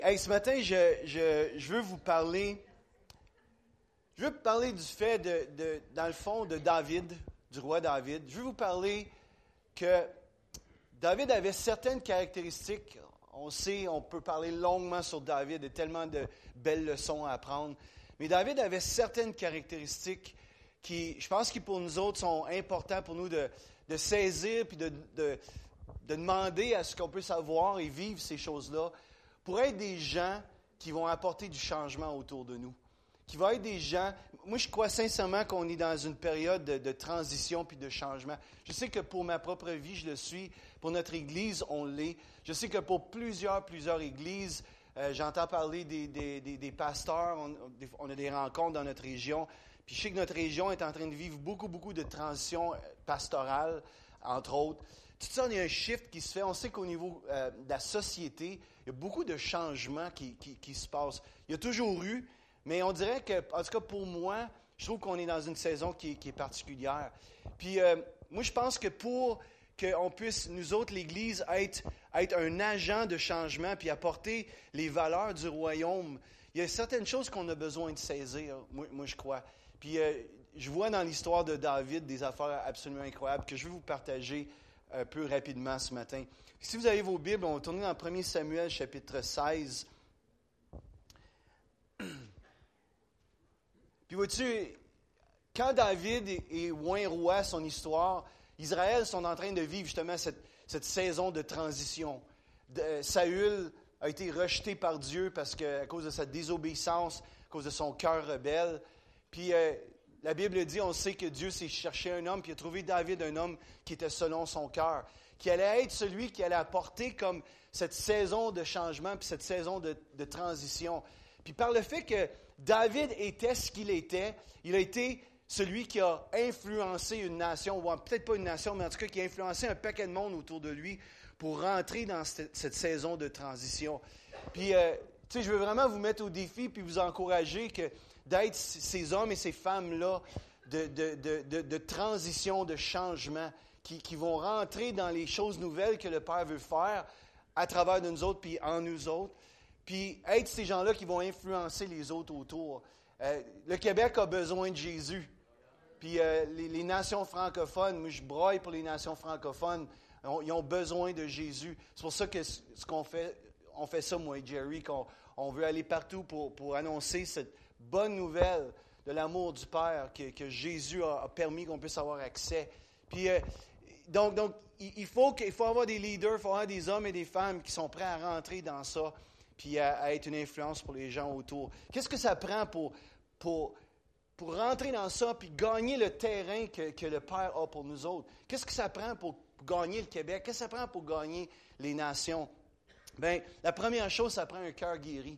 Hey, ce matin, je veux vous parler. Je veux vous parler du fait, dans le fond, de David, du roi David. Je veux vous parler que David avait certaines caractéristiques. On sait, on peut parler longuement sur David, il y a tellement de belles leçons à apprendre. Mais David avait certaines caractéristiques qui, je pense, qui pour nous autres sont importantes pour nous de saisir puis de demander à ce qu'on peut savoir et vivre ces choses-là pour être des gens qui vont apporter du changement autour de nous. Qui vont être des gens... Moi, je crois sincèrement qu'on est dans une période de transition puis de changement. Je sais que pour ma propre vie, je le suis. Pour notre Église, on l'est. Je sais que pour plusieurs églises, j'entends parler des pasteurs. On a des rencontres dans notre région. Puis je sais que notre région est en train de vivre beaucoup de transitions pastorales, entre autres. Tout ça, il y a un shift qui se fait. On sait qu'au niveau de la société, il y a beaucoup de changements qui se passent. Il y a toujours eu, mais on dirait que, en tout cas pour moi, je trouve qu'on est dans une saison qui est particulière. Puis moi, je pense que pour qu'on puisse, nous autres, l'Église, être un agent de changement puis apporter les valeurs du royaume, il y a certaines choses qu'on a besoin de saisir, moi je crois. Puis je vois dans l'histoire de David des affaires absolument incroyables que je veux vous partager un peu rapidement ce matin. Si vous avez vos Bibles, on va tourner dans 1 Samuel, chapitre 16. Puis vois-tu, quand David est oint roi, son histoire, Israël sont en train de vivre justement cette saison de transition. Saül a été rejeté par Dieu à cause de sa désobéissance, à cause de son cœur rebelle. Puis la Bible dit, on sait que Dieu s'est cherché un homme, puis il a trouvé David un homme qui était selon son cœur, qui allait être celui qui allait apporter comme cette saison de changement, puis cette saison de transition. Puis par le fait que David était ce qu'il était, il a été celui qui a influencé une nation, ou peut-être pas une nation, mais en tout cas qui a influencé un paquet de monde autour de lui pour rentrer dans cette saison de transition. Puis, tu sais, je veux vraiment vous mettre au défi puis vous encourager d'être ces hommes et ces femmes-là de transition, de changement, qui vont rentrer dans les choses nouvelles que le Père veut faire à travers de nous autres puis en nous autres. Puis être ces gens-là qui vont influencer les autres autour. Le Québec a besoin de Jésus. Puis les nations francophones, moi je broille pour les nations francophones, ils ont besoin de Jésus. C'est pour ça que ce qu'on fait, on fait ça, moi et Jerry, qu'on veut aller partout pour annoncer cette bonne nouvelle de l'amour du Père, que Jésus a permis qu'on puisse avoir accès. Puis donc il faut avoir des leaders, il faut avoir des hommes et des femmes qui sont prêts à rentrer dans ça, puis à être une influence pour les gens autour. Qu'est-ce que ça prend pour rentrer dans ça, puis gagner le terrain que le Père a pour nous autres? Qu'est-ce que ça prend pour gagner le Québec? Qu'est-ce que ça prend pour gagner les nations? Bien, la première chose, ça prend un cœur guéri.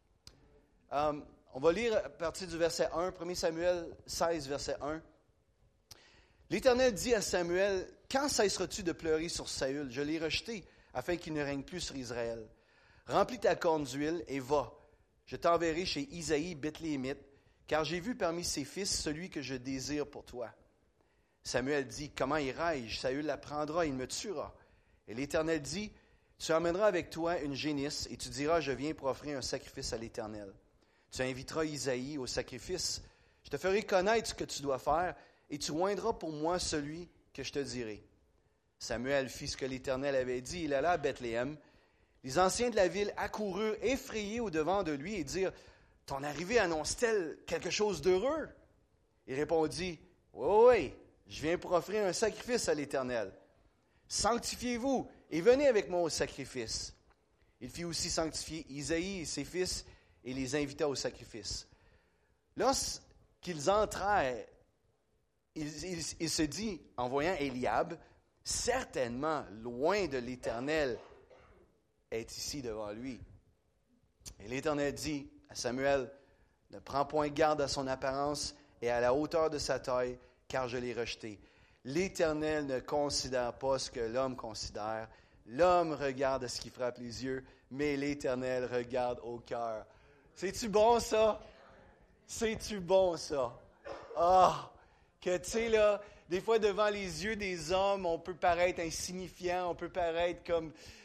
On va lire à partir du verset 1, 1 Samuel 16, verset 1. L'Éternel dit à Samuel, « Quand cesseras-tu de pleurer sur Saül? Je l'ai rejeté, afin qu'il ne règne plus sur Israël. Remplis ta corne d'huile et va. Je t'enverrai chez Isaïe Bethléemite, car j'ai vu parmi ses fils celui que je désire pour toi. » Samuel dit, « Comment irai-je? Saül l'apprendra, il me tuera. » Et l'Éternel dit, « Tu emmèneras avec toi une génisse, et tu diras, je viens pour offrir un sacrifice à l'Éternel. Tu inviteras Isaïe au sacrifice. Je te ferai connaître ce que tu dois faire, et tu oindras pour moi celui que je te dirai. » Samuel fit ce que l'Éternel avait dit. Il alla à Bethléem. Les anciens de la ville accoururent effrayés au-devant de lui et dirent, « Ton arrivée annonce-t-elle quelque chose d'heureux? » Il répondit, « Oui, je viens pour offrir un sacrifice à l'Éternel. Sanctifiez-vous et venez avec moi au sacrifice. » Il fit aussi sanctifier Isaïe et ses fils et les invita au sacrifice. Lorsqu'ils entrèrent, il se dit, en voyant Éliab, « Certainement, loin de l'Éternel, est ici devant lui. » Et l'Éternel dit à Samuel, « Ne prends point garde à son apparence et à la hauteur de sa taille, car je l'ai rejeté. L'Éternel ne considère pas ce que l'homme considère. L'homme regarde à ce qui frappe les yeux, mais l'Éternel regarde au cœur. » C'est-tu bon, ça? C'est-tu bon, ça? Ah! Que, tu sais, là, des fois, devant les yeux des hommes, on peut paraître insignifiant, on peut paraître comme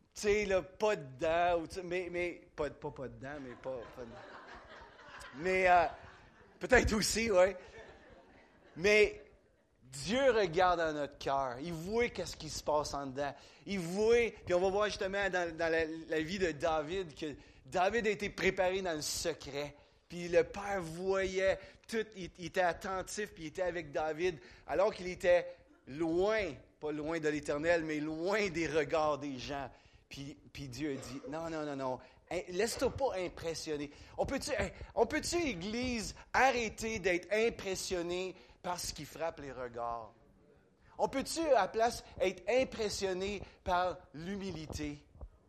Tu sais, là, pas dedans, mais pas dedans, mais pas dedans. Mais peut-être aussi, oui. Mais Dieu regarde dans notre cœur. Il voit qu'est-ce qui se passe en dedans. Il voit, puis on va voir justement dans la vie de David, que David a été préparé dans le secret. Puis le Père voyait tout, il était attentif, puis il était avec David, alors qu'il était loin, pas loin de l'Éternel, mais loin des regards des gens. Puis Dieu a dit, non, laisse-toi pas impressionner. On peut-tu, Église, arrêter d'être impressionné par ce qui frappe les regards? On peut-tu, à la place, être impressionné par l'humilité?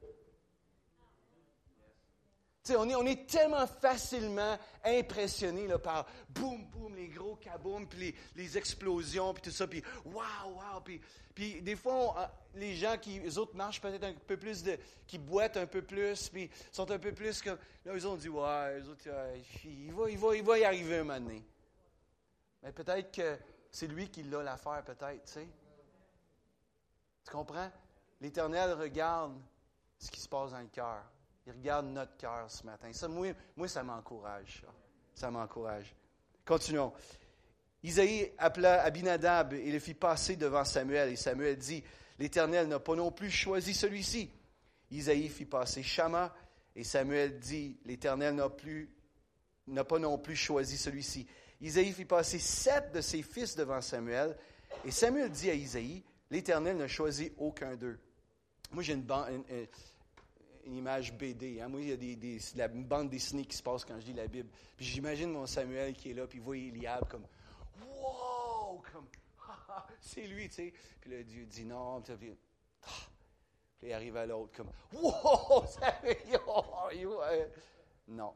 Tu sais, on est tellement facilement impressionné là, par boum, boum, les gros kaboum, puis les explosions, puis tout ça, puis wow, puis des fois, les gens les autres marchent peut-être un peu plus, qui boitent un peu plus, puis sont un peu plus comme, là, eux autres, on dit, ouais, eux autres, il va y arriver un moment donné. Mais peut-être que c'est lui qui l'a l'affaire, peut-être, tu sais. Tu comprends? L'Éternel regarde ce qui se passe dans le cœur. Il regarde notre cœur ce matin. Ça, moi, ça m'encourage. Ça m'encourage. Continuons. Isaïe appela Abinadab et le fit passer devant Samuel. Et Samuel dit, l'Éternel n'a pas non plus choisi celui-ci. Isaïe fit passer Shama. Et Samuel dit, l'Éternel n'a pas non plus choisi celui-ci. Isaïe fit passer 7 de ses fils devant Samuel. Et Samuel dit à Isaïe, l'Éternel n'a choisi aucun d'eux. Moi, j'ai une image BD. Hein? Moi, il y a une bande dessinée qui se passe quand je lis la Bible. Puis j'imagine mon Samuel qui est là, puis il voit Eliab comme « Wow! » Comme « C'est lui, tu sais. » Puis là, Dieu dit « Non. » Puis il arrive à l'autre comme « Wow! Samuel! » Non.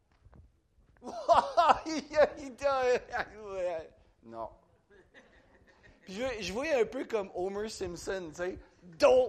Non. Puis je voyais un peu comme Homer Simpson, tu sais. « Don't!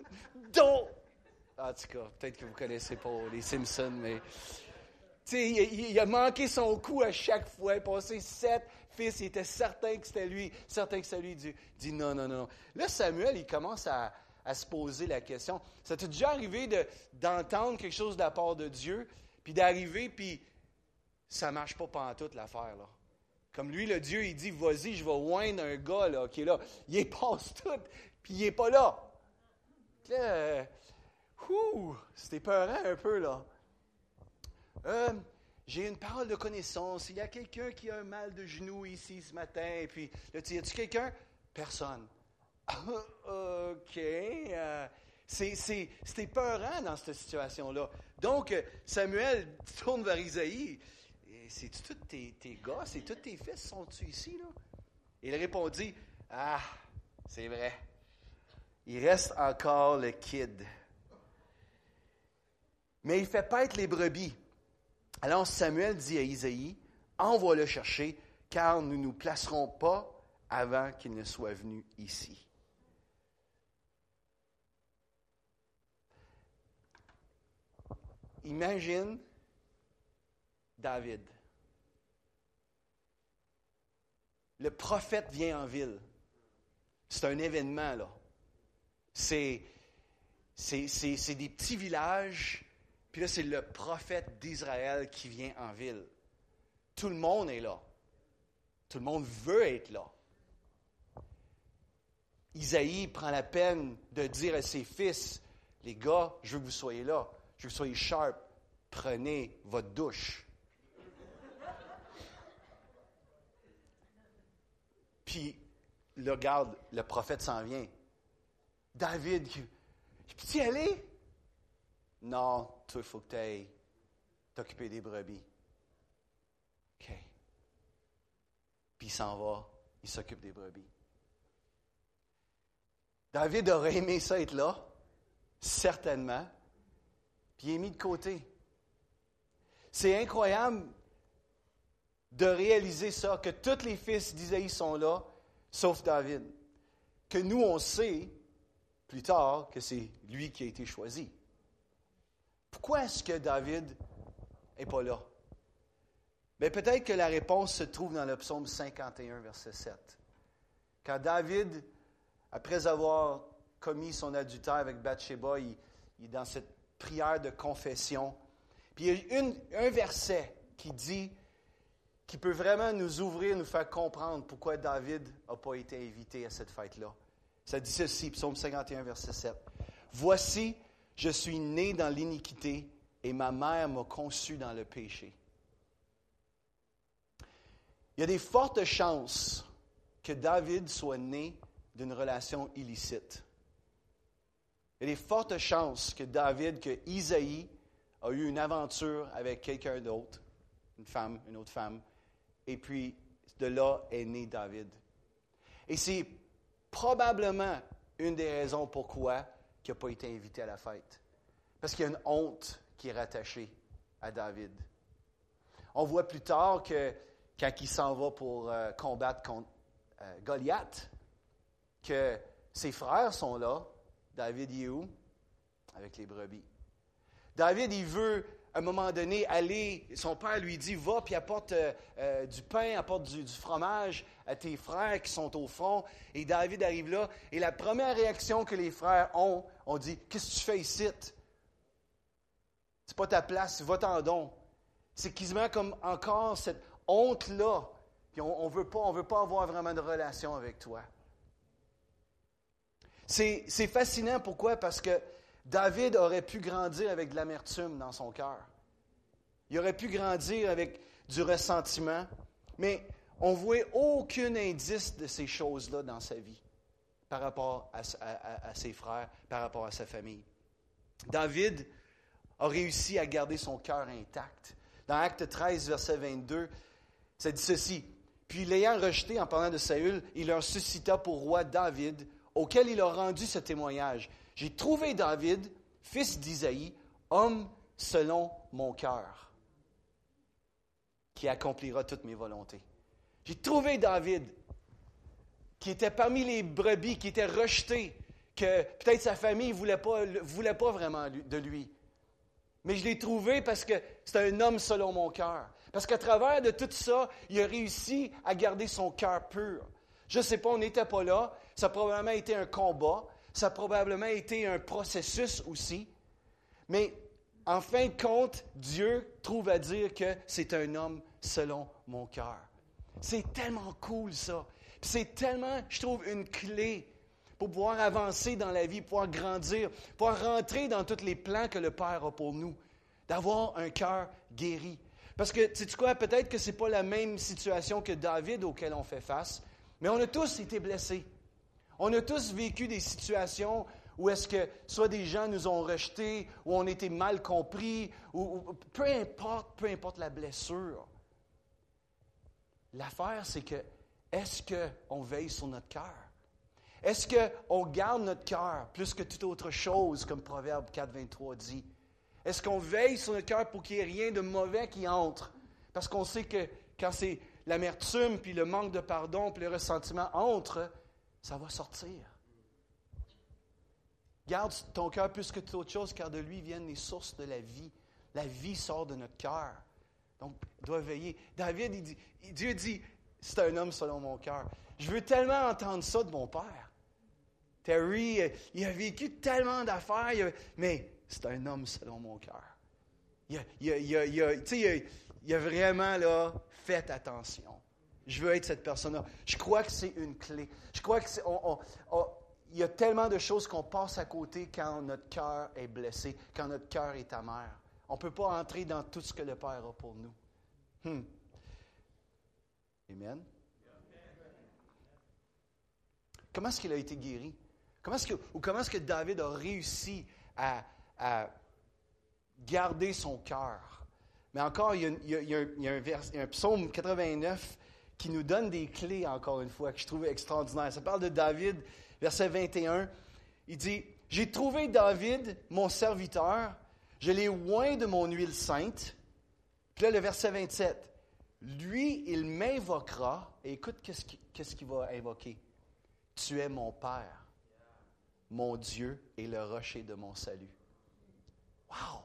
En tout cas, peut-être que vous ne connaissez pas les Simpsons, mais il a manqué son coup à chaque fois. Il a passé 7 fils, il était certain que c'était lui. Certain que c'était lui. Il dit non. Là, Samuel, il commence à se poser la question. Ça t'est déjà arrivé d'entendre quelque chose de la part de Dieu, puis d'arriver, puis ça ne marche pas pantoute l'affaire, là. Comme lui, le Dieu, il dit, vas-y, je vais oindre un gars là, qui est là. Il passe tout, puis il n'est pas là. Là, c'était peurant un peu, là. J'ai une parole de connaissance. Il y a quelqu'un qui a un mal de genou ici ce matin. Et puis, là, y a-tu quelqu'un? Personne. OK. C'était peurant dans cette situation-là. Donc, Samuel tourne vers Isaïe. C'est-tu tous tes gars? C'est tous tes fils? Sont-ils ici, là? Et il répondit, c'est vrai. Il reste encore le kid. Mais il fait paître les brebis. Alors Samuel dit à Isaïe, envoie le chercher, car nous ne nous placerons pas avant qu'il ne soit venu ici. Imagine David. Le prophète vient en ville. C'est un événement, là. C'est des petits villages. Puis là, c'est le prophète d'Israël qui vient en ville. Tout le monde est là. Tout le monde veut être là. Isaïe prend la peine de dire à ses fils, les gars, je veux que vous soyez là. Je veux que vous soyez sharp. Prenez votre douche. Puis, là, regarde, le prophète s'en vient. David, peux-tu y aller? Non, toi, il faut que tu ailles t'occuper des brebis. OK. Puis il s'en va, il s'occupe des brebis. David aurait aimé ça être là, certainement, puis il est mis de côté. C'est incroyable de réaliser ça, que tous les fils d'Isaïe sont là, sauf David. Que nous, on sait, plus tard, que c'est lui qui a été choisi. Pourquoi est-ce que David n'est pas là? Bien, peut-être que la réponse se trouve dans le psaume 51, verset 7. Quand David, après avoir commis son adultère avec Bathsheba, il est dans cette prière de confession. Puis il y a un verset qui peut vraiment nous ouvrir, nous faire comprendre pourquoi David n'a pas été invité à cette fête-là. Ça dit ceci, Psaume 51, verset 7. « Voici, je suis né dans l'iniquité et ma mère m'a conçu dans le péché. » Il y a des fortes chances que David soit né d'une relation illicite. Il y a des fortes chances que Isaïe a eu une aventure avec quelqu'un d'autre, une autre femme, et puis de là est né David. Et c'est probablement une des raisons pourquoi il n'a pas été invité à la fête. Parce qu'il y a une honte qui est rattachée à David. On voit plus tard que quand il s'en va pour combattre contre Goliath, que ses frères sont là. David, il est où? Avec les brebis. David, il veut, à un moment donné, aller. Son père lui dit, va, puis apporte du pain, apporte du fromage à tes frères qui sont au front. Et David arrive là. Et la première réaction que les frères ont, on dit, qu'est-ce que tu fais ici? C'est pas ta place, va-t'en donc. C'est quasiment comme encore cette honte-là. Puis on veut pas avoir vraiment de relation avec toi. C'est fascinant, pourquoi? Parce que David aurait pu grandir avec de l'amertume dans son cœur. Il aurait pu grandir avec du ressentiment, mais on ne voit aucun indice de ces choses-là dans sa vie par rapport à ses frères, par rapport à sa famille. David a réussi à garder son cœur intact. Dans Acte 13, verset 22, ça dit ceci. « Puis l'ayant rejeté en parlant de Saül, il leur suscita pour roi David, auquel il a rendu ce témoignage. « J'ai trouvé David, fils d'Isaïe, homme selon mon cœur, qui accomplira toutes mes volontés. » J'ai trouvé David, qui était parmi les brebis, qui était rejeté, que peut-être sa famille ne voulait pas vraiment de lui. Mais je l'ai trouvé parce que c'est un homme selon mon cœur. Parce qu'à travers de tout ça, il a réussi à garder son cœur pur. Je ne sais pas, on n'était pas là. Ça a probablement été un combat. Ça a probablement été un processus aussi. Mais en fin de compte, Dieu trouve à dire que c'est un homme selon mon cœur. C'est tellement cool ça. Puis c'est tellement, je trouve, une clé pour pouvoir avancer dans la vie, pouvoir grandir, pouvoir rentrer dans tous les plans que le Père a pour nous. D'avoir un cœur guéri. Parce que, tu sais quoi, peut-être que ce n'est pas la même situation que David auquel on fait face, mais on a tous été blessés. On a tous vécu des situations où est-ce que soit des gens nous ont rejetés, ou on était mal compris, ou peu importe la blessure. L'affaire, c'est que, est-ce qu'on veille sur notre cœur? Est-ce qu'on garde notre cœur plus que toute autre chose, comme Proverbe 4, 23 dit? Est-ce qu'on veille sur notre cœur pour qu'il n'y ait rien de mauvais qui entre? Parce qu'on sait que quand c'est l'amertume, puis le manque de pardon, puis le ressentiment entre, ça va sortir. Garde ton cœur plus que toute autre chose, car de lui viennent les sources de la vie. La vie sort de notre cœur. Donc, il doit veiller. David, Dieu dit, c'est un homme selon mon cœur. Je veux tellement entendre ça de mon père. Terry, il a vécu tellement d'affaires, mais c'est un homme selon mon cœur. Il a vraiment là, fait attention. Je veux être cette personne-là. Je crois que c'est une clé. Je crois que il y a tellement de choses qu'on passe à côté quand notre cœur est blessé, quand notre cœur est amer. On ne peut pas entrer dans tout ce que le Père a pour nous. Amen. Comment est-ce qu'il a été guéri? Comment est-ce que David a réussi à garder son cœur? Mais encore, il y a un psaume 89 qui nous donne des clés, encore une fois, que je trouve extraordinaire. Ça parle de David, verset 21. Il dit, « J'ai trouvé David, mon serviteur, je l'ai oint de mon huile sainte. » Puis là, le verset 27. « Lui, il m'invoquera. » Et écoute, qu'est-ce qu'il va invoquer? « Tu es mon Père, mon Dieu et le rocher de mon salut. » Wow!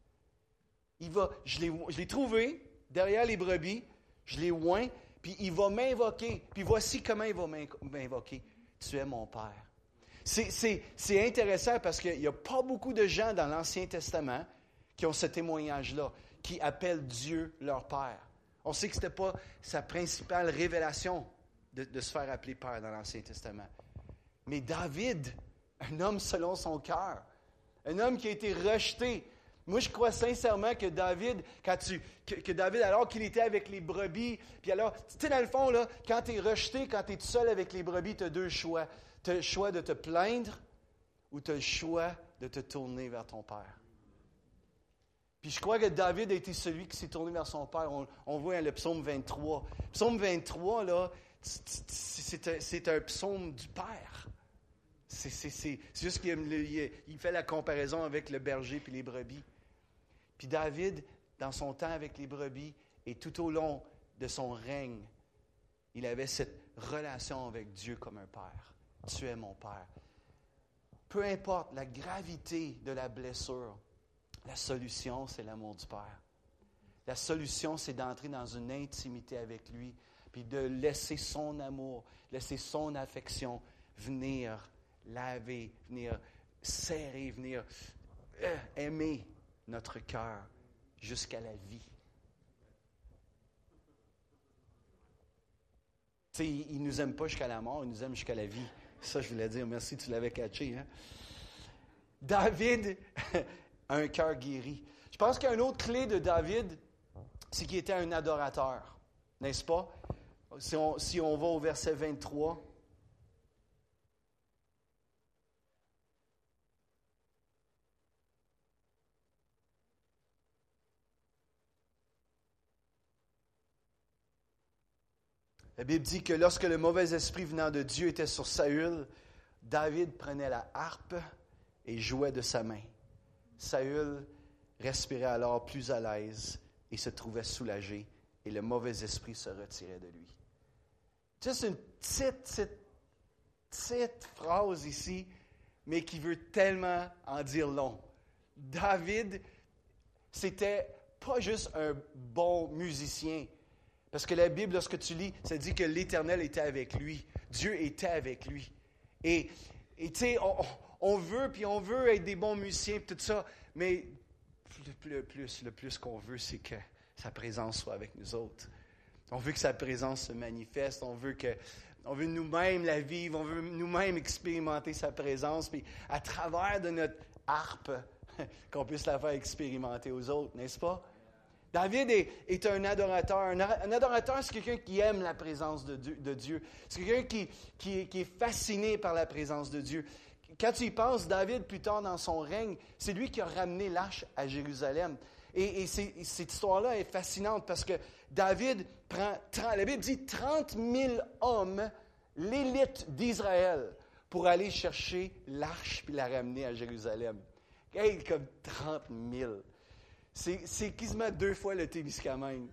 Je l'ai trouvé derrière les brebis, je l'ai oint, puis il va m'invoquer. Puis voici comment il va m'invoquer. Tu es mon Père. c'est intéressant parce qu'il n'y a pas beaucoup de gens dans l'Ancien Testament qui ont ce témoignage-là, qui appellent Dieu leur Père. On sait que ce n'était pas sa principale révélation de se faire appeler Père dans l'Ancien Testament. Mais David, un homme selon son cœur, un homme qui a été rejeté. Moi, je crois sincèrement que David, alors qu'il était avec les brebis, puis alors, tu sais, dans le fond, là, quand tu es rejeté, quand tu es tout seul avec les brebis, tu as deux choix. Tu as le choix de te plaindre ou tu as le choix de te tourner vers ton Père. Puis je crois que David a été celui qui s'est tourné vers son Père. On voit dans le psaume 23. Psaume 23, là, c'est un psaume du Père. C'est juste qu'il fait la comparaison avec le berger puis les brebis. Puis David, dans son temps avec les brebis et tout au long de son règne, il avait cette relation avec Dieu comme un Père. Tu es mon Père. Peu importe la gravité de la blessure, la solution, c'est l'amour du Père. La solution, c'est d'entrer dans une intimité avec lui, puis de laisser son amour, laisser son affection venir laver, venir serrer, venir aimer notre cœur jusqu'à la vie. Tu sais, il ne nous aime pas jusqu'à la mort, il nous aime jusqu'à la vie. Ça, je voulais dire, merci, tu l'avais catché. Hein? David a un cœur guéri. Je pense qu'une autre clé de David, c'est qu'il était un adorateur, n'est-ce pas? Si on va au verset 23. La Bible dit que lorsque le mauvais esprit venant de Dieu était sur Saül, David prenait la harpe et jouait de sa main. Saül respirait alors plus à l'aise et se trouvait soulagé, et le mauvais esprit se retirait de lui. Juste une petite phrase ici, mais qui veut tellement en dire long. David, c'était pas juste un bon musicien. Parce que la Bible, lorsque tu lis, ça dit que l'Éternel était avec lui. Dieu était avec lui. Et tu sais, on veut être des bons musiciens et tout ça, mais le plus qu'on veut, c'est que sa présence soit avec nous autres. On veut que sa présence se manifeste, on veut nous-mêmes la vivre, on veut nous-mêmes expérimenter sa présence, puis à travers de notre harpe, qu'on puisse la faire expérimenter aux autres, n'est-ce pas? David est un adorateur. Un adorateur, c'est quelqu'un qui aime la présence de Dieu. C'est quelqu'un qui est fasciné par la présence de Dieu. Quand tu y penses, David, plus tard dans son règne, c'est lui qui a ramené l'arche à Jérusalem. Et cette histoire-là est fascinante parce que David prend, la Bible dit 30 000 hommes, l'élite d'Israël, pour aller chercher l'arche puis la ramener à Jérusalem. Hey, comme 30 000. C'est quasiment 2 fois le Témiscamingue.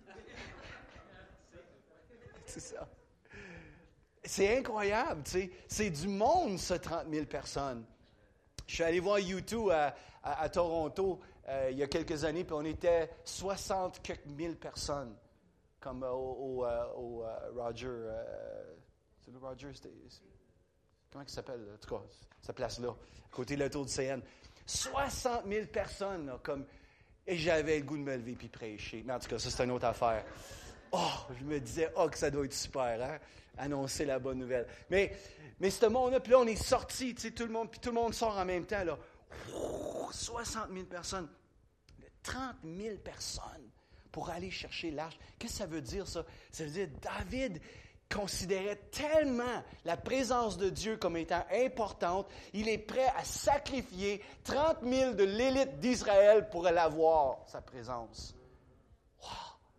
C'est ça. C'est incroyable, tu sais. C'est du monde, ça, 30 000 personnes. Je suis allé voir U2 à Toronto il y a quelques années, puis on était 60 quelques mille personnes, comme au Roger. C'est le Roger? Comment il s'appelle? En tout cas, cette place-là, à côté de la tour de CN. 60 000 personnes, là, comme... Et j'avais le goût de me lever puis prêcher. Mais en tout cas, ça, c'est une autre affaire. Oh, je me disais, que ça doit être super, hein? Annoncer la bonne nouvelle. Mais ce monde-là, puis là, on est sortis, tu sais, tout le monde sort en même temps, là. 60 000 personnes. 30 000 personnes pour aller chercher l'arche. Qu'est-ce que ça veut dire, ça? Ça veut dire, David considérait tellement la présence de Dieu comme étant importante, il est prêt à sacrifier 30 000 de l'élite d'Israël pour aller avoir sa présence. Wow!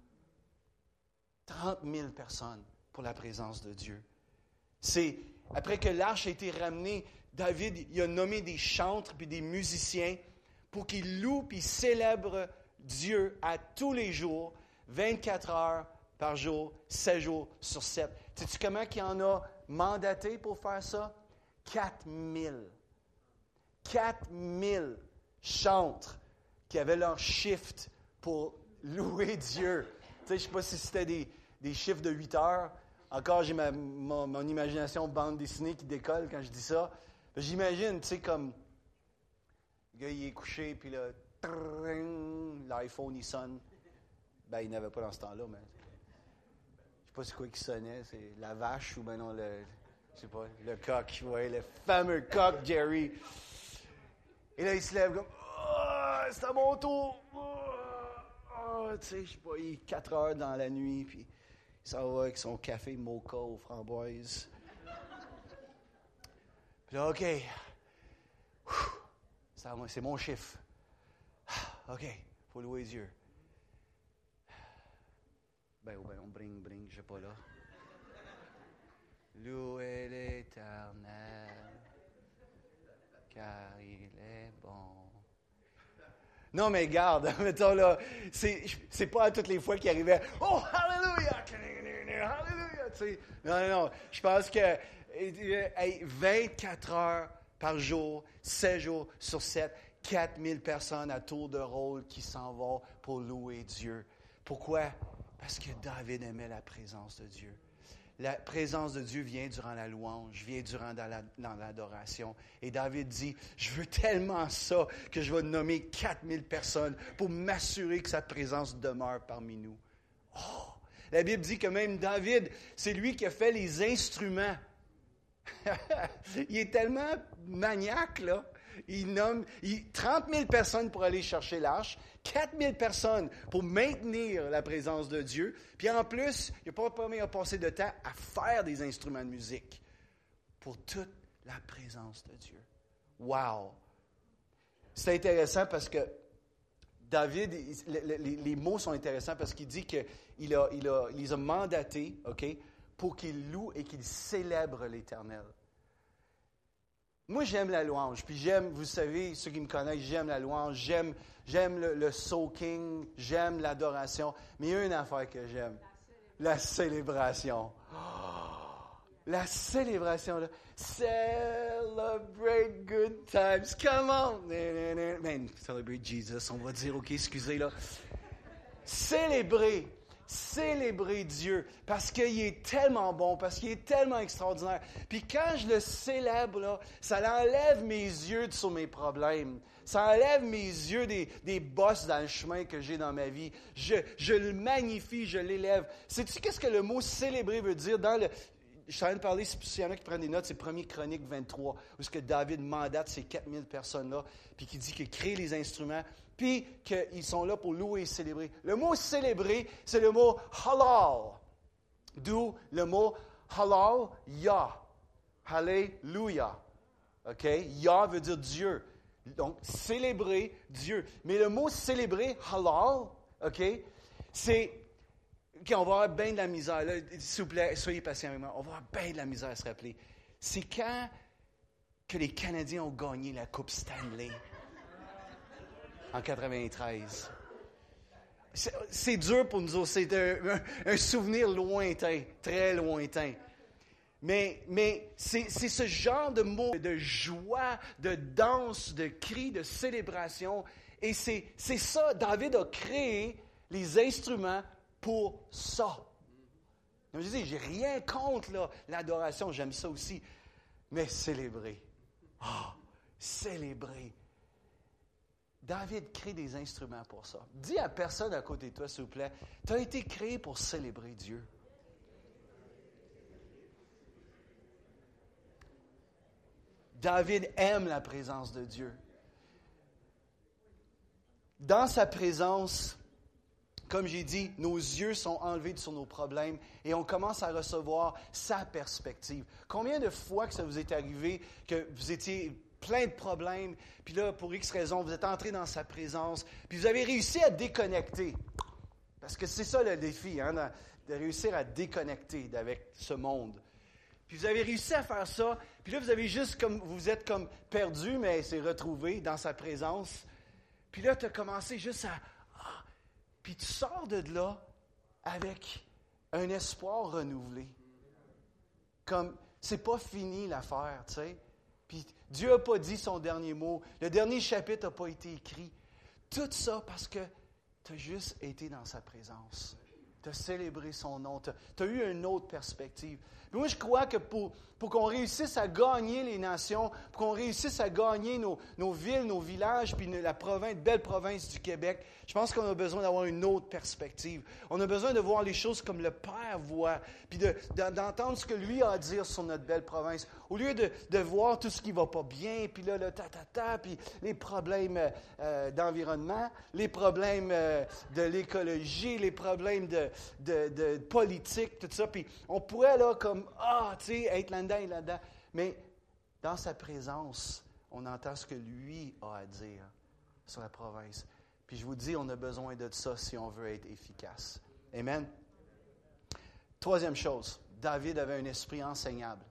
30 000 personnes pour la présence de Dieu. Après que l'arche a été ramenée, David il a nommé des chantres et des musiciens pour qu'ils louent et célèbrent Dieu à tous les jours, 24 heures par jour, 7 jours sur 7. Sais-tu comment il y en a mandaté pour faire ça? 4 000. 4 000 chantres qui avaient leur shift pour louer Dieu. Je ne sais pas si c'était des chiffres de 8 heures. Encore, j'ai mon imagination bande dessinée qui décolle quand je dis ça. J'imagine, tu sais, comme, le gars, il est couché, puis là, l'iPhone, il sonne. Ben, il n'avait pas dans ce temps-là, mais je sais pas c'est quoi qui sonnait, c'est la vache ou ben non, je sais pas, le coq, ouais, le fameux coq, Jerry. Et là, il se lève comme, oh, c'est à mon tour. Tu sais, je sais pas, il est 4 heures dans la nuit, puis il s'en va avec son café mocha aux framboises. Puis là, OK. C'est mon chiffre. OK, il faut louer Dieu. Ben, on bring, je sais pas là. Louez l'Éternel, car il est bon. Non, mais garde, mettons là, c'est pas à toutes les fois qu'il arrivait, oh, hallelujah, hallelujah, tu sais. Non, je pense que 24 heures par jour, 7 jours sur 7, 4000 personnes à tour de rôle qui s'en vont pour louer Dieu. Pourquoi? Parce que David aimait la présence de Dieu. La présence de Dieu vient durant la louange, vient dans l'adoration. Et David dit, je veux tellement ça que je vais nommer 4000 personnes pour m'assurer que sa présence demeure parmi nous. Oh! La Bible dit que même David, c'est lui qui a fait les instruments. Il est tellement maniaque, là. Il nomme 30 000 personnes pour aller chercher l'arche, 4 000 personnes pour maintenir la présence de Dieu. Puis en plus, il n'a pas permis à passer de temps à faire des instruments de musique pour toute la présence de Dieu. Wow! C'est intéressant parce que David, les mots sont intéressants parce qu'il dit qu'il les a mandatés, OK, pour qu'ils louent et qu'ils célèbrent l'Éternel. Moi, j'aime la louange, puis j'aime, vous savez, ceux qui me connaissent, j'aime la louange, j'aime le soaking, j'aime l'adoration, mais il y a une affaire que j'aime, la célébration. Oh, la célébration, là. Celebrate good times, come on! Man, celebrate Jesus, on va dire, OK, excusez, là. Célébrer Dieu, parce qu'il est tellement bon, parce qu'il est tellement extraordinaire. Puis quand je le célèbre, là, ça enlève mes yeux sur mes problèmes. Ça enlève mes yeux des bosses dans le chemin que j'ai dans ma vie. Je le magnifie, je l'élève. Sais-tu qu'est-ce que le mot « célébrer » veut dire? Je suis en train de parler, s'il y en a qui prennent des notes, c'est 1 Chroniques 23, où ce que David mandate ces 4000 personnes-là, puis qui dit qu'il crée les instruments, puis qu'ils sont là pour louer et célébrer. Le mot « célébrer », c'est le mot « halal », d'où le mot « halal », « Yah ». Alléluia. OK? Yah veut dire Dieu. Donc, célébrer Dieu. Mais le mot « célébrer », « halal », OK, c'est... OK, on va avoir bien de la misère. Là, s'il vous plaît, soyez patient avec moi. On va avoir bien de la misère à se rappeler. C'est quand que les Canadiens ont gagné la Coupe Stanley? En 93. C'est dur pour nous autres. C'est un souvenir lointain, très lointain. Mais c'est ce genre de mots, de joie, de danse, de cris, de célébration. Et c'est ça, David a créé les instruments pour ça. Donc, je dis, j'ai rien contre l'adoration, j'aime ça aussi. Mais célébrer. Célébrer. David crée des instruments pour ça. Dis à personne à côté de toi, s'il vous plaît, tu as été créé pour célébrer Dieu. David aime la présence de Dieu. Dans sa présence, comme j'ai dit, nos yeux sont enlevés sur nos problèmes et on commence à recevoir sa perspective. Combien de fois que ça vous est arrivé que vous étiez plein de problèmes, puis là, pour X raison, vous êtes entré dans sa présence, puis vous avez réussi à déconnecter. Parce que c'est ça le défi, de réussir à déconnecter avec ce monde. Puis vous avez réussi à faire ça, puis là, vous avez juste vous êtes comme perdu, mais c'est retrouvé dans sa présence. Puis là, tu as commencé juste à... Puis tu sors de là avec un espoir renouvelé. Comme, c'est pas fini l'affaire, tu sais. Puis Dieu n'a pas dit son dernier mot. Le dernier chapitre n'a pas été écrit. Tout ça parce que tu as juste été dans sa présence. Tu as célébré son nom. Tu as eu une autre perspective. Puis moi, je crois que pour qu'on réussisse à gagner les nations, pour qu'on réussisse à gagner nos villes, nos villages, puis la belle province du Québec, je pense qu'on a besoin d'avoir une autre perspective. On a besoin de voir les choses comme le Père voit, puis d'entendre ce que lui a à dire sur notre belle province. Au lieu de voir tout ce qui ne va pas bien, puis là, le puis les problèmes d'environnement, les problèmes de l'écologie, les problèmes de politique, tout ça. Puis on pourrait, là, comme, tu sais, être là-dedans. Mais dans sa présence, on entend ce que lui a à dire sur la province. Puis je vous dis, on a besoin de ça si on veut être efficace. Amen. Troisième chose, David avait un esprit enseignable.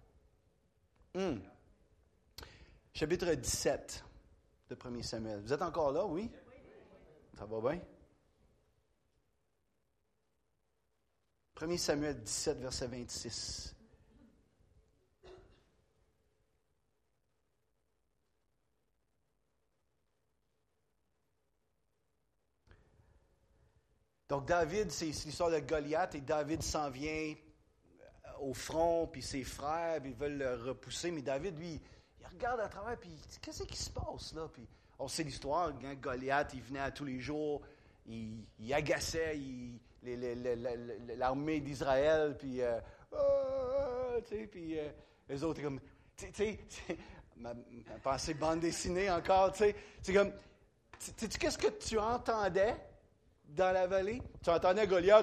Chapitre 17 de 1 Samuel. Vous êtes encore là, oui? Ça va bien? 1 Samuel 17, verset 26. Donc David, c'est l'histoire de Goliath, et David s'en vient au front, puis ses frères, puis ils veulent le repousser, mais David, lui, il regarde à travers, puis il dit, qu'est-ce qui se passe là? Puis on sait l'histoire, hein, Goliath, il venait à tous les jours, il agaçait l'armée d'Israël, puis puis les autres, comme, tu sais, ma pensée bande dessinée encore, tu sais, c'est comme, sais-tu qu'est-ce que tu entendais dans la vallée? Tu entendais Goliath,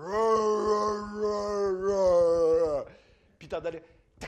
puis tu entendais,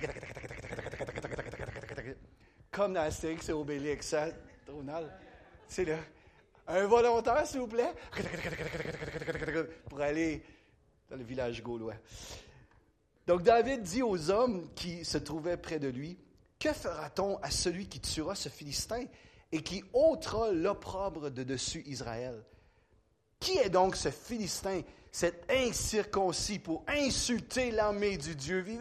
comme dans Astérix et Obélix, hein, Ronald? C'est là. Un volontaire, s'il vous plaît, pour aller dans le village gaulois. Donc David dit aux hommes qui se trouvaient près de lui, « Que fera-t-on à celui qui tuera ce Philistin et qui ôtera l'opprobre de dessus Israël? Qui est donc ce Philistin, cet incirconcis, pour insulter l'armée du Dieu vivant? »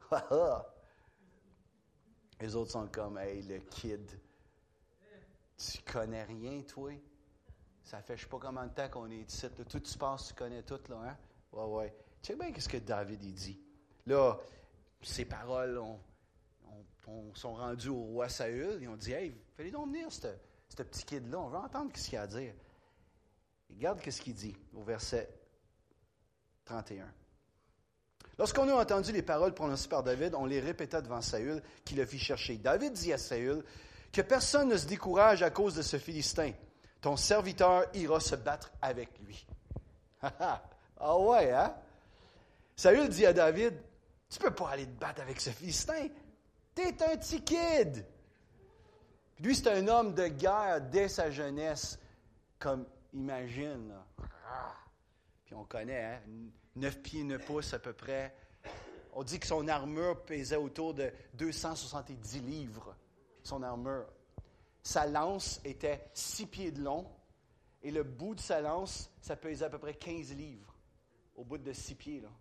Les autres sont comme, « Hey, le kid, tu connais rien, toi? Ça fait je ne sais pas combien de temps qu'on est ici. Tout tu penses, tu connais tout, là, hein? Ouais. Check bien ce que David il dit. Là, ces paroles sont rendues au roi Saül. Ils ont dit, « Hey, fais-les donc venir, ce petit kid-là. On veut entendre ce qu'il a à dire. » Regarde ce qu'il dit au verset 31. Lorsqu'on a entendu les paroles prononcées par David, on les répéta devant Saül, qui le fit chercher. David dit à Saül, « Que personne ne se décourage à cause de ce Philistin. Ton serviteur ira se battre avec lui. » Ah ouais, hein? Saül dit à David, « Tu ne peux pas aller te battre avec ce Philistin. T'es un petit kid. » Puis lui, c'est un homme de guerre dès sa jeunesse, comme imagine. Là. Puis on connaît, hein? 9 pieds, 9 pouces à peu près. On dit que son armure pesait autour de 270 livres, son armure. Sa lance était 6 pieds de long, et le bout de sa lance, ça pesait à peu près 15 livres, au bout de 6 pieds, là.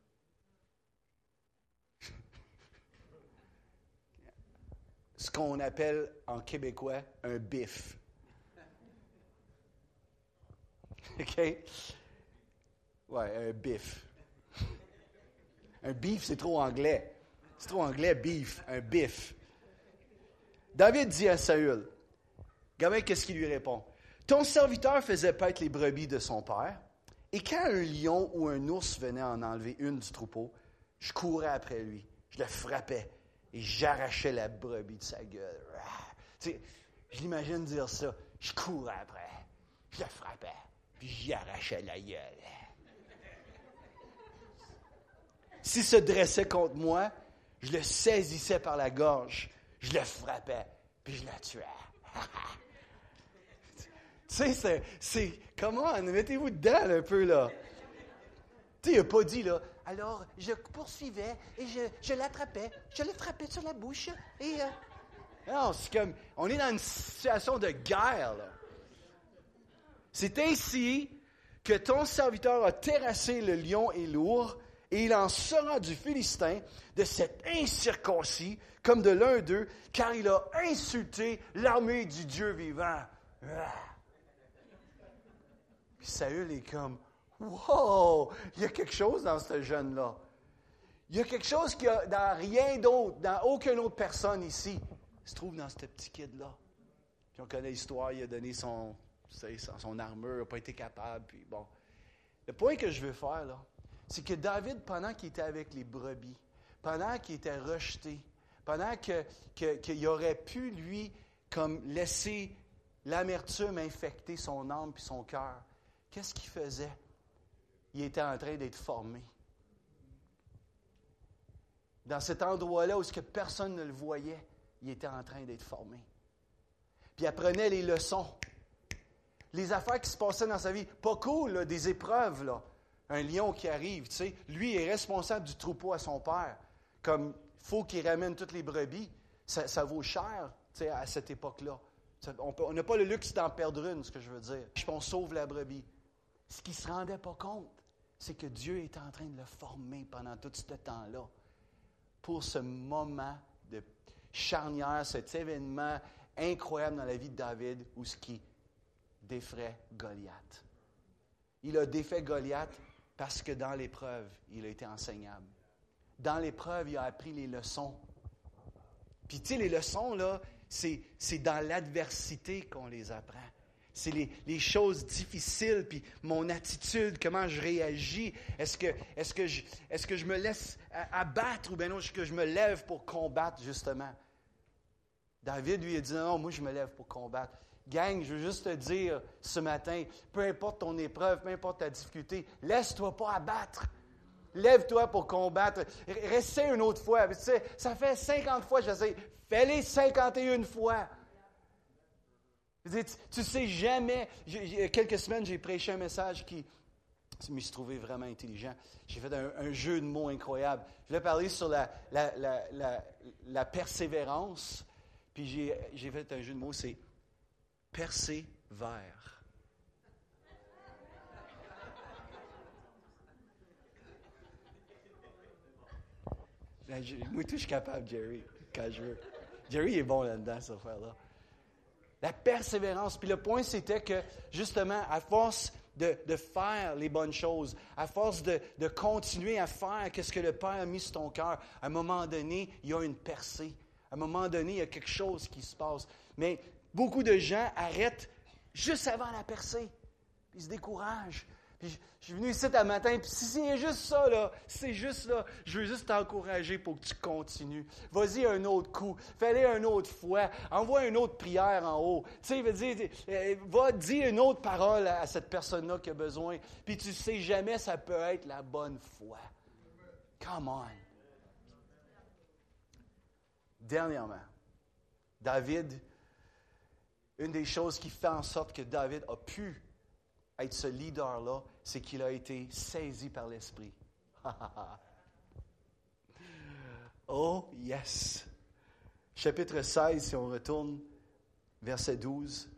Ce qu'on appelle en québécois un bif. OK? Ouais, un bif. Un beef, c'est trop anglais. C'est trop anglais, beef, un bif. David dit à Saül, gamin, qu'est-ce qu'il lui répond? Ton serviteur faisait paître les brebis de son père, et quand un lion ou un ours venait en enlever une du troupeau, je courais après lui, je le frappais, et j'arrachais la brebis de sa gueule. Tu sais, je l'imagine dire ça. Je courais après, je le frappais, puis j'y arrachais la gueule. S'il se dressait contre moi, je le saisissais par la gorge, je le frappais, puis je le tuais. Tu sais, c'est comment, mettez-vous dedans un peu, là. Tu sais, il n'a pas dit, là, alors je poursuivais et je l'attrapais, je le frappais sur la bouche et... Non, c'est comme, on est dans une situation de guerre, là. C'est ainsi que ton serviteur a terrassé le lion et l'ours, et il en sera du Philistin, de cet incirconcis, comme de l'un d'eux, car il a insulté l'armée du Dieu vivant. Puis Saül est comme, Wow! Il y a quelque chose dans ce jeune-là. Il y a quelque chose qu'il y a dans rien d'autre, dans aucune autre personne ici, se trouve dans ce petit kid-là. Puis on connaît l'histoire, il a donné son armure, il n'a pas été capable, puis bon. Le point que je veux faire, là, c'est que David, pendant qu'il était avec les brebis, pendant qu'il était rejeté, pendant qu'il aurait pu, lui, comme laisser l'amertume infecter son âme puis son cœur, qu'est-ce qu'il faisait? Il était en train d'être formé. Dans cet endroit-là où personne ne le voyait, il était en train d'être formé. Puis il apprenait les leçons. Les affaires qui se passaient dans sa vie. Pas cool, là, des épreuves, là. Un lion qui arrive, tu sais. Lui est responsable du troupeau à son père. Comme il faut qu'il ramène toutes les brebis. Ça vaut cher, tu sais, à cette époque-là. On n'a pas le luxe d'en perdre une, ce que je veux dire. Puis on sauve la brebis. Ce qu'il ne se rendait pas compte, c'est que Dieu était en train de le former pendant tout ce temps-là. Pour ce moment de charnière, cet événement incroyable dans la vie de David, où ce qui défrait Goliath. Il a défait Goliath parce que dans l'épreuve, il a été enseignable. Dans l'épreuve, il a appris les leçons. Puis tu sais, les leçons, là, c'est dans l'adversité qu'on les apprend. C'est les choses difficiles, puis mon attitude, comment je réagis. Est-ce que je me laisse abattre ou bien non, est-ce que je me lève pour combattre, justement? David, lui, a dit, non, moi, je me lève pour combattre. Gang, je veux juste te dire ce matin, peu importe ton épreuve, peu importe ta difficulté, laisse-toi pas abattre. Lève-toi pour combattre. Reste une autre fois. Tu sais, ça fait 50 fois, j'essaie. Fais-les 51 fois. Tu sais jamais. Il y a quelques semaines, j'ai prêché un message qui je me suis trouvé vraiment intelligent. J'ai fait un jeu de mots incroyable. Je voulais parler sur la persévérance. Puis j'ai fait un jeu de mots, c'est persévère. Moi, tout, je suis capable, Jerry, quand je veux. Jerry est bon là-dedans, cette affaire-là. La persévérance. Puis le point, c'était que, justement, à force de faire les bonnes choses, à force de continuer à faire ce que le Père a mis sur ton cœur, à un moment donné, il y a une percée. À un moment donné, il y a quelque chose qui se passe. Mais beaucoup de gens arrêtent juste avant la percée. Puis ils se découragent. Puis je suis venu ici un matin, puis si c'est juste ça, là, c'est juste là, je veux juste t'encourager pour que tu continues. Vas-y un autre coup, fais-le une autre fois, envoie une autre prière en haut. Tu sais, va dire une autre parole à cette personne-là qui a besoin. Puis tu sais jamais, ça peut être la bonne foi. Come on. Dernièrement, David, une des choses qui fait en sorte que David a pu être ce leader-là, c'est qu'il a été saisi par l'Esprit. Oh, yes! Chapitre 16, si on retourne, verset 12.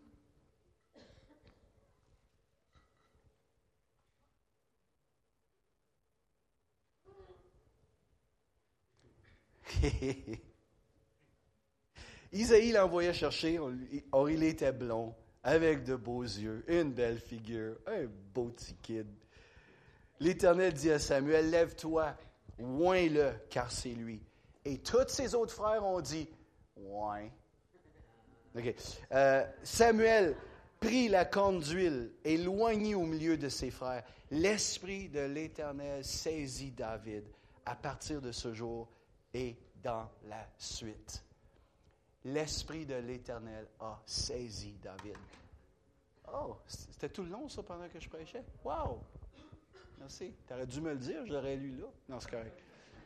Isaïe l'envoyait chercher, or il était blond, avec de beaux yeux, une belle figure, un beau petit kid. L'Éternel dit à Samuel, lève-toi, oins-le, car c'est lui. Et tous ses autres frères ont dit, ouais. Okay. Samuel prit la corne d'huile et loignit au milieu de ses frères. L'Esprit de l'Éternel saisit David à partir de ce jour et dans la suite. L'Esprit de l'Éternel a saisi David. Oh, c'était tout le long, ça, pendant que je prêchais? Wow! Merci. Tu aurais dû me le dire, je l'aurais lu là. Non, c'est correct.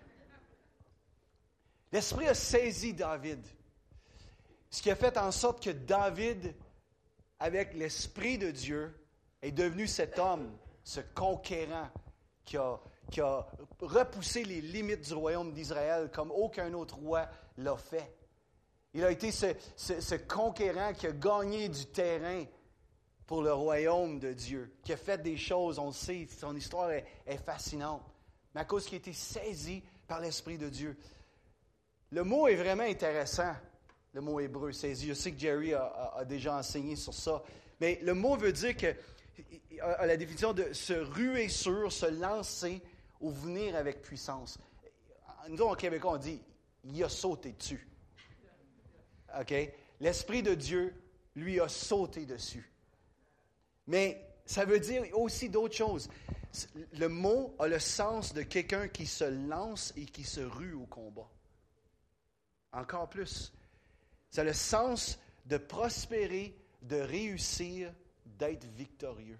L'Esprit a saisi David. Ce qui a fait en sorte que David, avec l'Esprit de Dieu, est devenu cet homme, ce conquérant qui a repoussé les limites du royaume d'Israël comme aucun autre roi l'a fait. Il a été ce conquérant qui a gagné du terrain pour le royaume de Dieu, qui a fait des choses, on le sait, son histoire est fascinante, mais à cause qu'il a été saisi par l'Esprit de Dieu. Le mot est vraiment intéressant, le mot hébreu, saisi. Je sais que Jerry a déjà enseigné sur ça, mais le mot veut dire que a la définition de se ruer sur, se lancer ou venir avec puissance. Nous, en Québécois, on dit « il a sauté dessus ». OK? L'Esprit de Dieu lui a sauté dessus. Mais ça veut dire aussi d'autres choses. Le mot a le sens de quelqu'un qui se lance et qui se rue au combat. Encore plus. Ça a le sens de prospérer, de réussir, d'être victorieux.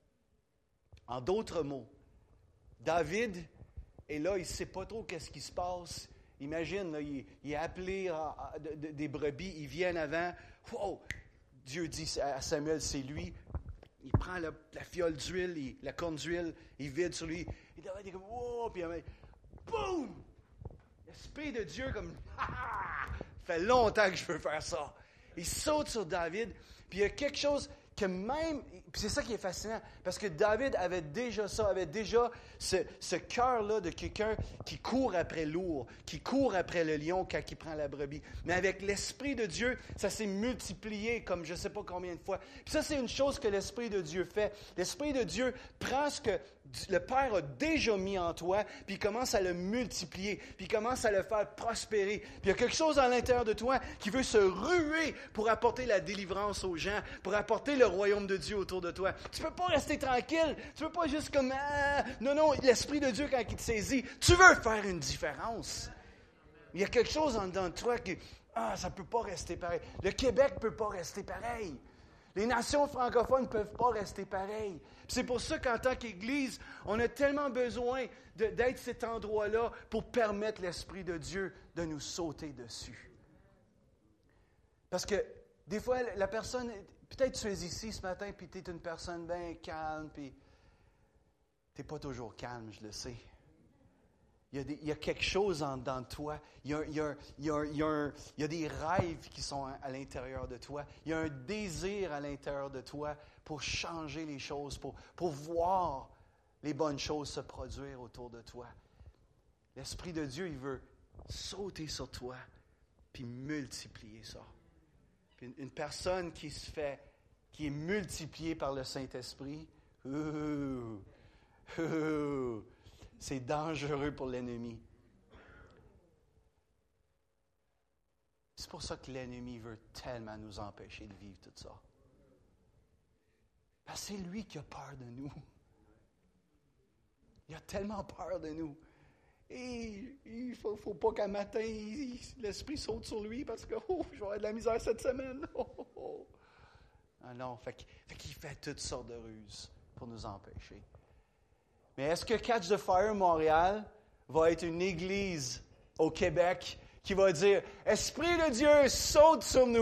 En d'autres mots, David est là, il ne sait pas trop qu'est-ce qui se passe. Imagine, là, il est appelé des brebis, ils viennent avant. Wow! Dieu dit à Samuel, c'est lui. Il prend la fiole d'huile, la corne d'huile, il vide sur lui. Et David est comme, wow! Puis boum! L'Esprit de Dieu, comme, ça fait longtemps que je veux faire ça. Il saute sur David, puis il y a quelque chose que même, puis c'est ça qui est fascinant, parce que David avait déjà ça, avait déjà ce cœur-là de quelqu'un qui court après l'ours, qui court après le lion quand il prend la brebis. Mais avec l'Esprit de Dieu, ça s'est multiplié comme je ne sais pas combien de fois. Puis ça, c'est une chose que l'Esprit de Dieu fait. L'Esprit de Dieu prend ce que le Père a déjà mis en toi, puis il commence à le multiplier, puis il commence à le faire prospérer. Puis il y a quelque chose à l'intérieur de toi qui veut se ruer pour apporter la délivrance aux gens, pour apporter le royaume de Dieu autour de toi. Tu ne peux pas rester tranquille. Tu ne peux pas juste comme... Non, l'Esprit de Dieu, quand il te saisit, tu veux faire une différence. Il y a quelque chose en dedans de toi qui... ça ne peut pas rester pareil. Le Québec ne peut pas rester pareil. Les nations francophones ne peuvent pas rester pareilles. C'est pour ça qu'en tant qu'Église, on a tellement besoin d'être cet endroit-là pour permettre l'Esprit de Dieu de nous sauter dessus. Parce que des fois, la personne, peut-être tu es ici ce matin, puis tu es une personne bien calme, puis tu n'es pas toujours calme, je le sais. Il y a quelque chose en dedans de toi. Il y a des rêves qui sont à l'intérieur de toi. Il y a un désir à l'intérieur de toi pour changer les choses, pour voir les bonnes choses se produire autour de toi. L'Esprit de Dieu, il veut sauter sur toi puis multiplier ça. Puis une personne qui est multipliée par le Saint-Esprit, c'est dangereux pour l'ennemi. C'est pour ça que l'ennemi veut tellement nous empêcher de vivre tout ça. Parce que c'est lui qui a peur de nous. Il a tellement peur de nous. Et il ne faut pas qu'à matin, l'esprit saute sur lui parce que je vais avoir de la misère cette semaine. Ah non, fait qu'il fait toutes sortes de ruses pour nous empêcher. Mais est-ce que Catch the Fire Montréal va être une église au Québec qui va dire « Esprit de Dieu, saute sur nous! »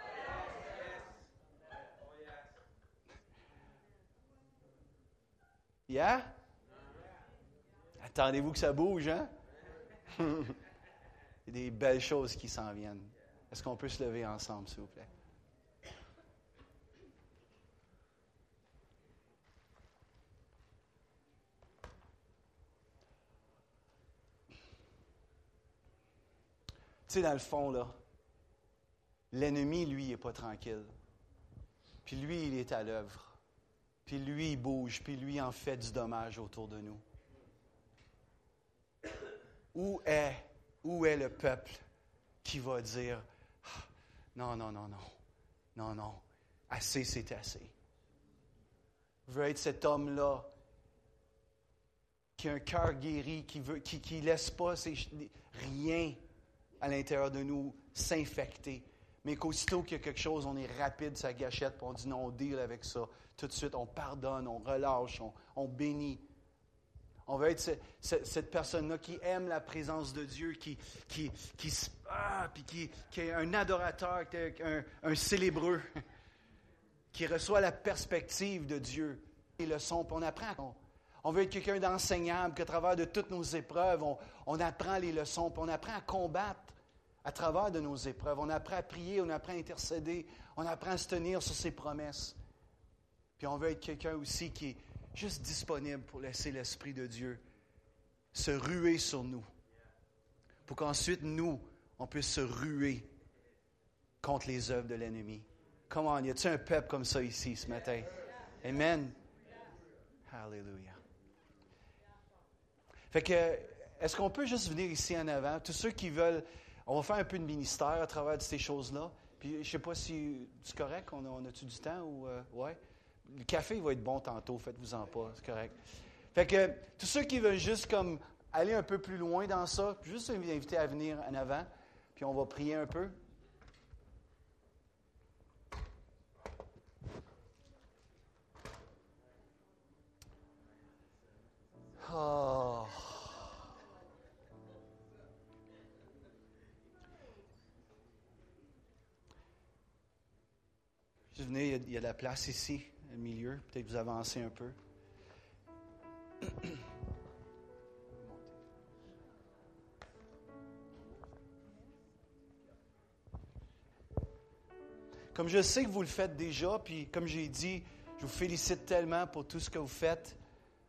Yeah? Attendez-vous que ça bouge, hein? Il y a des belles choses qui s'en viennent. Est-ce qu'on peut se lever ensemble, s'il vous plaît? Tu sais, dans le fond, là, l'ennemi, lui, il n'est pas tranquille. Puis lui, il est à l'œuvre. Puis lui, il bouge. Puis lui, il en fait du dommage autour de nous. Où est le peuple qui va dire non, assez, c'est assez. Je veux être cet homme-là qui a un cœur guéri, qui laisse pas rien à l'intérieur de nous s'infecter. Mais qu'aussitôt qu'il y a quelque chose, on est rapide, ça gâchette, puis on dit non, on deal avec ça. Tout de suite, on pardonne, on relâche, on bénit. On veut être cette personne-là qui aime la présence de Dieu, qui est un adorateur, un célébreux, qui reçoit la perspective de Dieu. Les leçons, puis on apprend. On veut être quelqu'un d'enseignable, qu'à travers de toutes nos épreuves, on apprend les leçons, puis on apprend à combattre à travers de nos épreuves. On apprend à prier, on apprend à intercéder, on apprend à se tenir sur ses promesses. Puis on veut être quelqu'un aussi qui est juste disponible pour laisser l'Esprit de Dieu se ruer sur nous. Pour qu'ensuite, nous, on puisse se ruer contre les œuvres de l'ennemi. Comment? Y a-t-il un peuple comme ça ici ce matin? Amen. Alléluia. Fait que, est-ce qu'on peut juste venir ici en avant? Tous ceux qui veulent, on va faire un peu de ministère à travers de ces choses-là. Puis, je ne sais pas si c'est correct, on a-tu du temps ou... ouais. Le café va être bon tantôt, faites-vous-en pas, c'est correct. Fait que, tous ceux qui veulent juste comme aller un peu plus loin dans ça, juste vous inviter à venir en avant, puis on va prier un peu. Oh. Juste venez, il y a de la place ici, au milieu. Peut-être vous avancez un peu. Comme je sais que vous le faites déjà, puis comme j'ai dit, je vous félicite tellement pour tout ce que vous faites.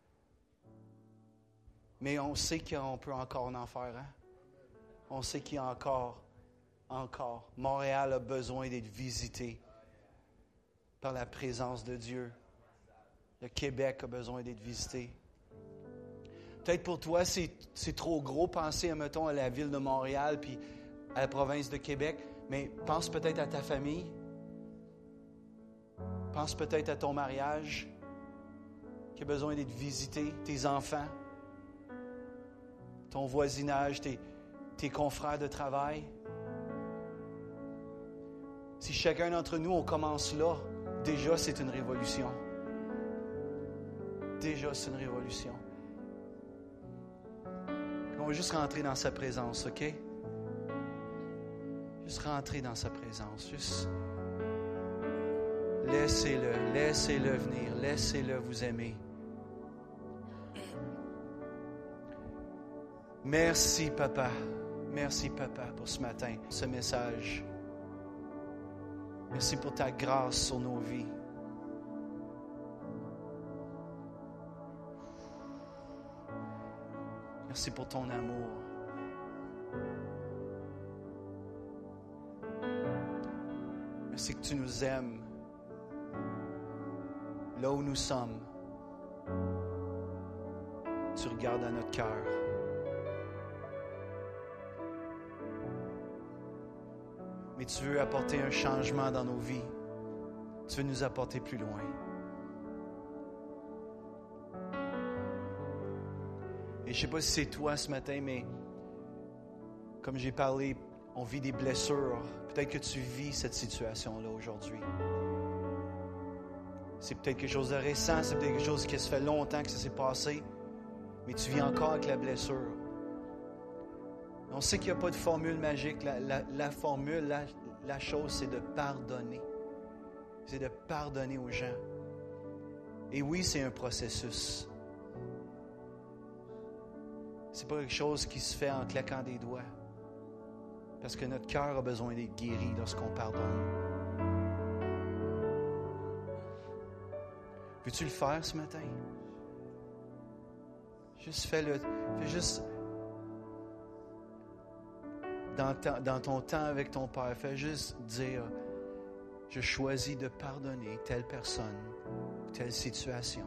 Mais on sait qu'on peut encore en faire. Hein? On sait qu'il y a encore. Montréal a besoin d'être visité par la présence de Dieu. Le Québec a besoin d'être visité. Peut-être pour toi, c'est trop gros penser, mettons, à la ville de Montréal puis à la province de Québec, mais pense peut-être à ta famille. Pense peut-être à ton mariage qui a besoin d'être visité, tes enfants, ton voisinage, tes confrères de travail. Si chacun d'entre nous, on commence là, déjà c'est une révolution. Déjà c'est une révolution. On va juste rentrer dans sa présence, OK? Juste rentrer dans sa présence. Juste laissez-le venir. Laissez-le vous aimer. Merci, Papa. Merci, Papa, pour ce matin, ce message. Merci pour ta grâce sur nos vies. Merci pour ton amour. Merci que tu nous aimes là où nous sommes. Tu regardes à notre cœur. Mais tu veux apporter un changement dans nos vies. Tu veux nous apporter plus loin. Et je ne sais pas si c'est toi ce matin, mais comme j'ai parlé, on vit des blessures. Peut-être que tu vis cette situation-là aujourd'hui. C'est peut-être quelque chose de récent, c'est peut-être quelque chose qui se fait longtemps que ça s'est passé, mais tu vis encore avec la blessure. On sait qu'il n'y a pas de formule magique. La formule, la chose, c'est de pardonner. C'est de pardonner aux gens. Et oui, c'est un processus. C'est pas quelque chose qui se fait en claquant des doigts. Parce que notre cœur a besoin d'être guéri lorsqu'on pardonne. Veux-tu le faire ce matin? Juste fais juste dans ton temps avec ton Père, fais juste dire, je choisis de pardonner telle personne, telle situation.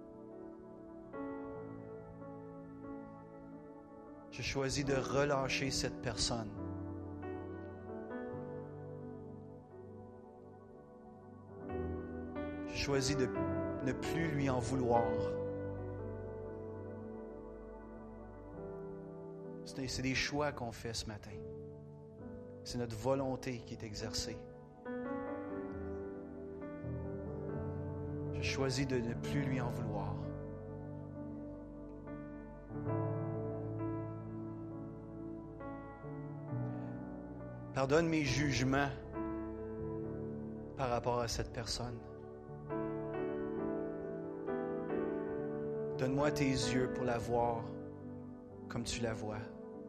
Je choisis de relâcher cette personne. Je choisis de ne plus lui en vouloir. C'est des choix qu'on fait ce matin. C'est notre volonté qui est exercée. Je choisis de ne plus lui en vouloir. Pardonne mes jugements par rapport à cette personne. Donne-moi tes yeux pour la voir comme tu la vois.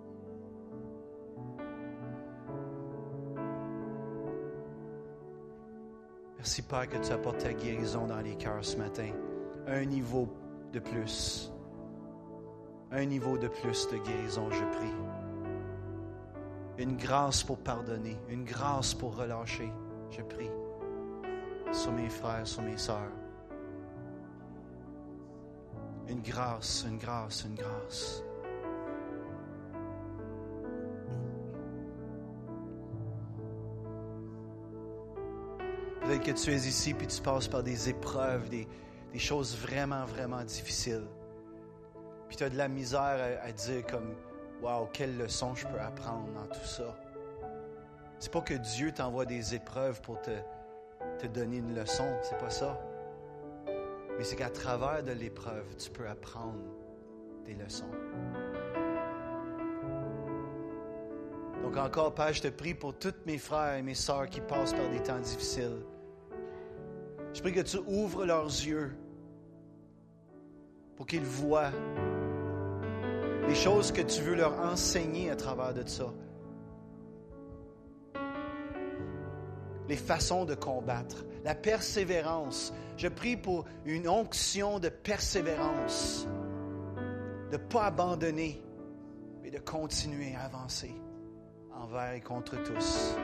Merci, Père, que tu apportes ta guérison dans les cœurs ce matin. Un niveau de plus. Un niveau de plus de guérison, je prie. Une grâce pour pardonner. Une grâce pour relâcher, je prie. Sur mes frères, sur mes sœurs. Une grâce, une grâce, une grâce. Peut-être que tu es ici puis tu passes par des épreuves, des choses vraiment, vraiment difficiles. Puis tu as de la misère à dire comme « Wow, quelle leçon je peux apprendre dans tout ça. » C'est pas que Dieu t'envoie des épreuves pour te donner une leçon, c'est pas ça. Mais c'est qu'à travers de l'épreuve, tu peux apprendre des leçons. Donc encore, Père, je te prie pour tous mes frères et mes sœurs qui passent par des temps difficiles. Je prie que tu ouvres leurs yeux pour qu'ils voient les choses que tu veux leur enseigner à travers de ça. Les façons de combattre, la persévérance. Je prie pour une onction de persévérance, de ne pas abandonner, mais de continuer à avancer envers et contre tous.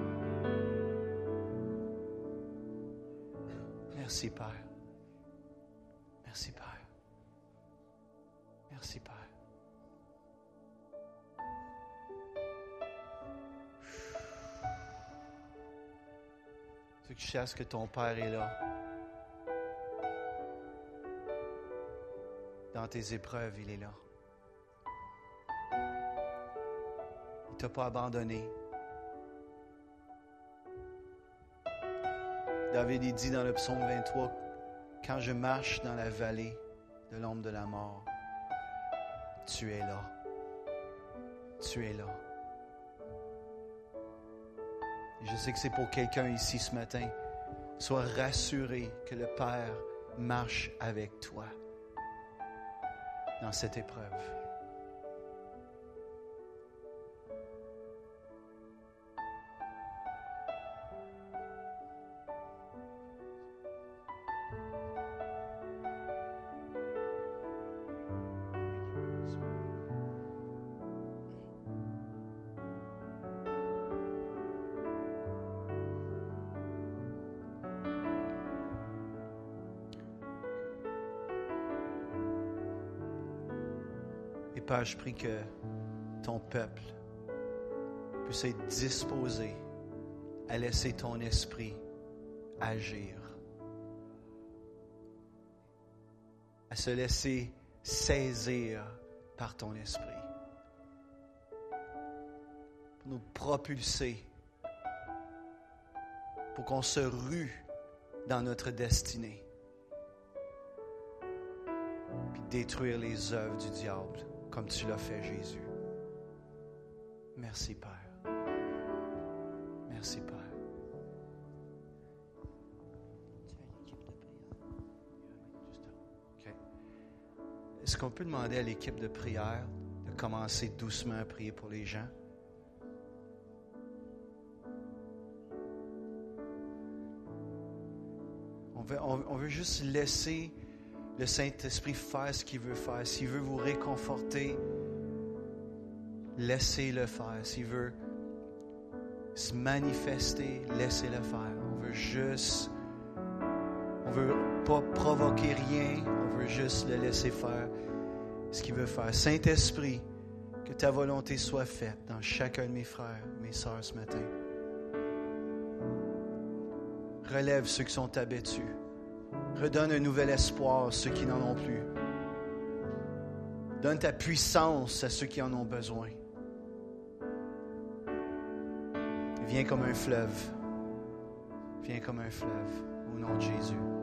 Merci, Père. Merci, Père. Merci, Père. Tu veux que je sache que ton Père est là. Dans tes épreuves, il est là. Il ne t'a pas abandonné. David il dit dans le psaume 23, « Quand je marche dans la vallée de l'ombre de la mort, tu es là. Tu es là. » Et je sais que c'est pour quelqu'un ici ce matin. Sois rassuré que le Père marche avec toi dans cette épreuve. Et Père, je prie que ton peuple puisse être disposé à laisser ton esprit agir, à se laisser saisir par ton esprit, pour nous propulser, pour qu'on se rue dans notre destinée, puis détruire les œuvres du diable, comme tu l'as fait, Jésus. Merci, Père. Merci, Père. Okay. Est-ce qu'on peut demander à l'équipe de prière de commencer doucement à prier pour les gens? On veut juste laisser le Saint-Esprit faire ce qu'il veut faire. S'il veut vous réconforter, laissez-le faire. S'il veut se manifester, laissez-le faire. On veut pas provoquer rien. On veut juste le laisser faire ce qu'il veut faire. Saint-Esprit, que ta volonté soit faite dans chacun de mes frères, mes sœurs ce matin. Relève ceux qui sont abattus. Redonne un nouvel espoir à ceux qui n'en ont plus. Donne ta puissance à ceux qui en ont besoin. Viens comme un fleuve. Viens comme un fleuve. Au nom de Jésus.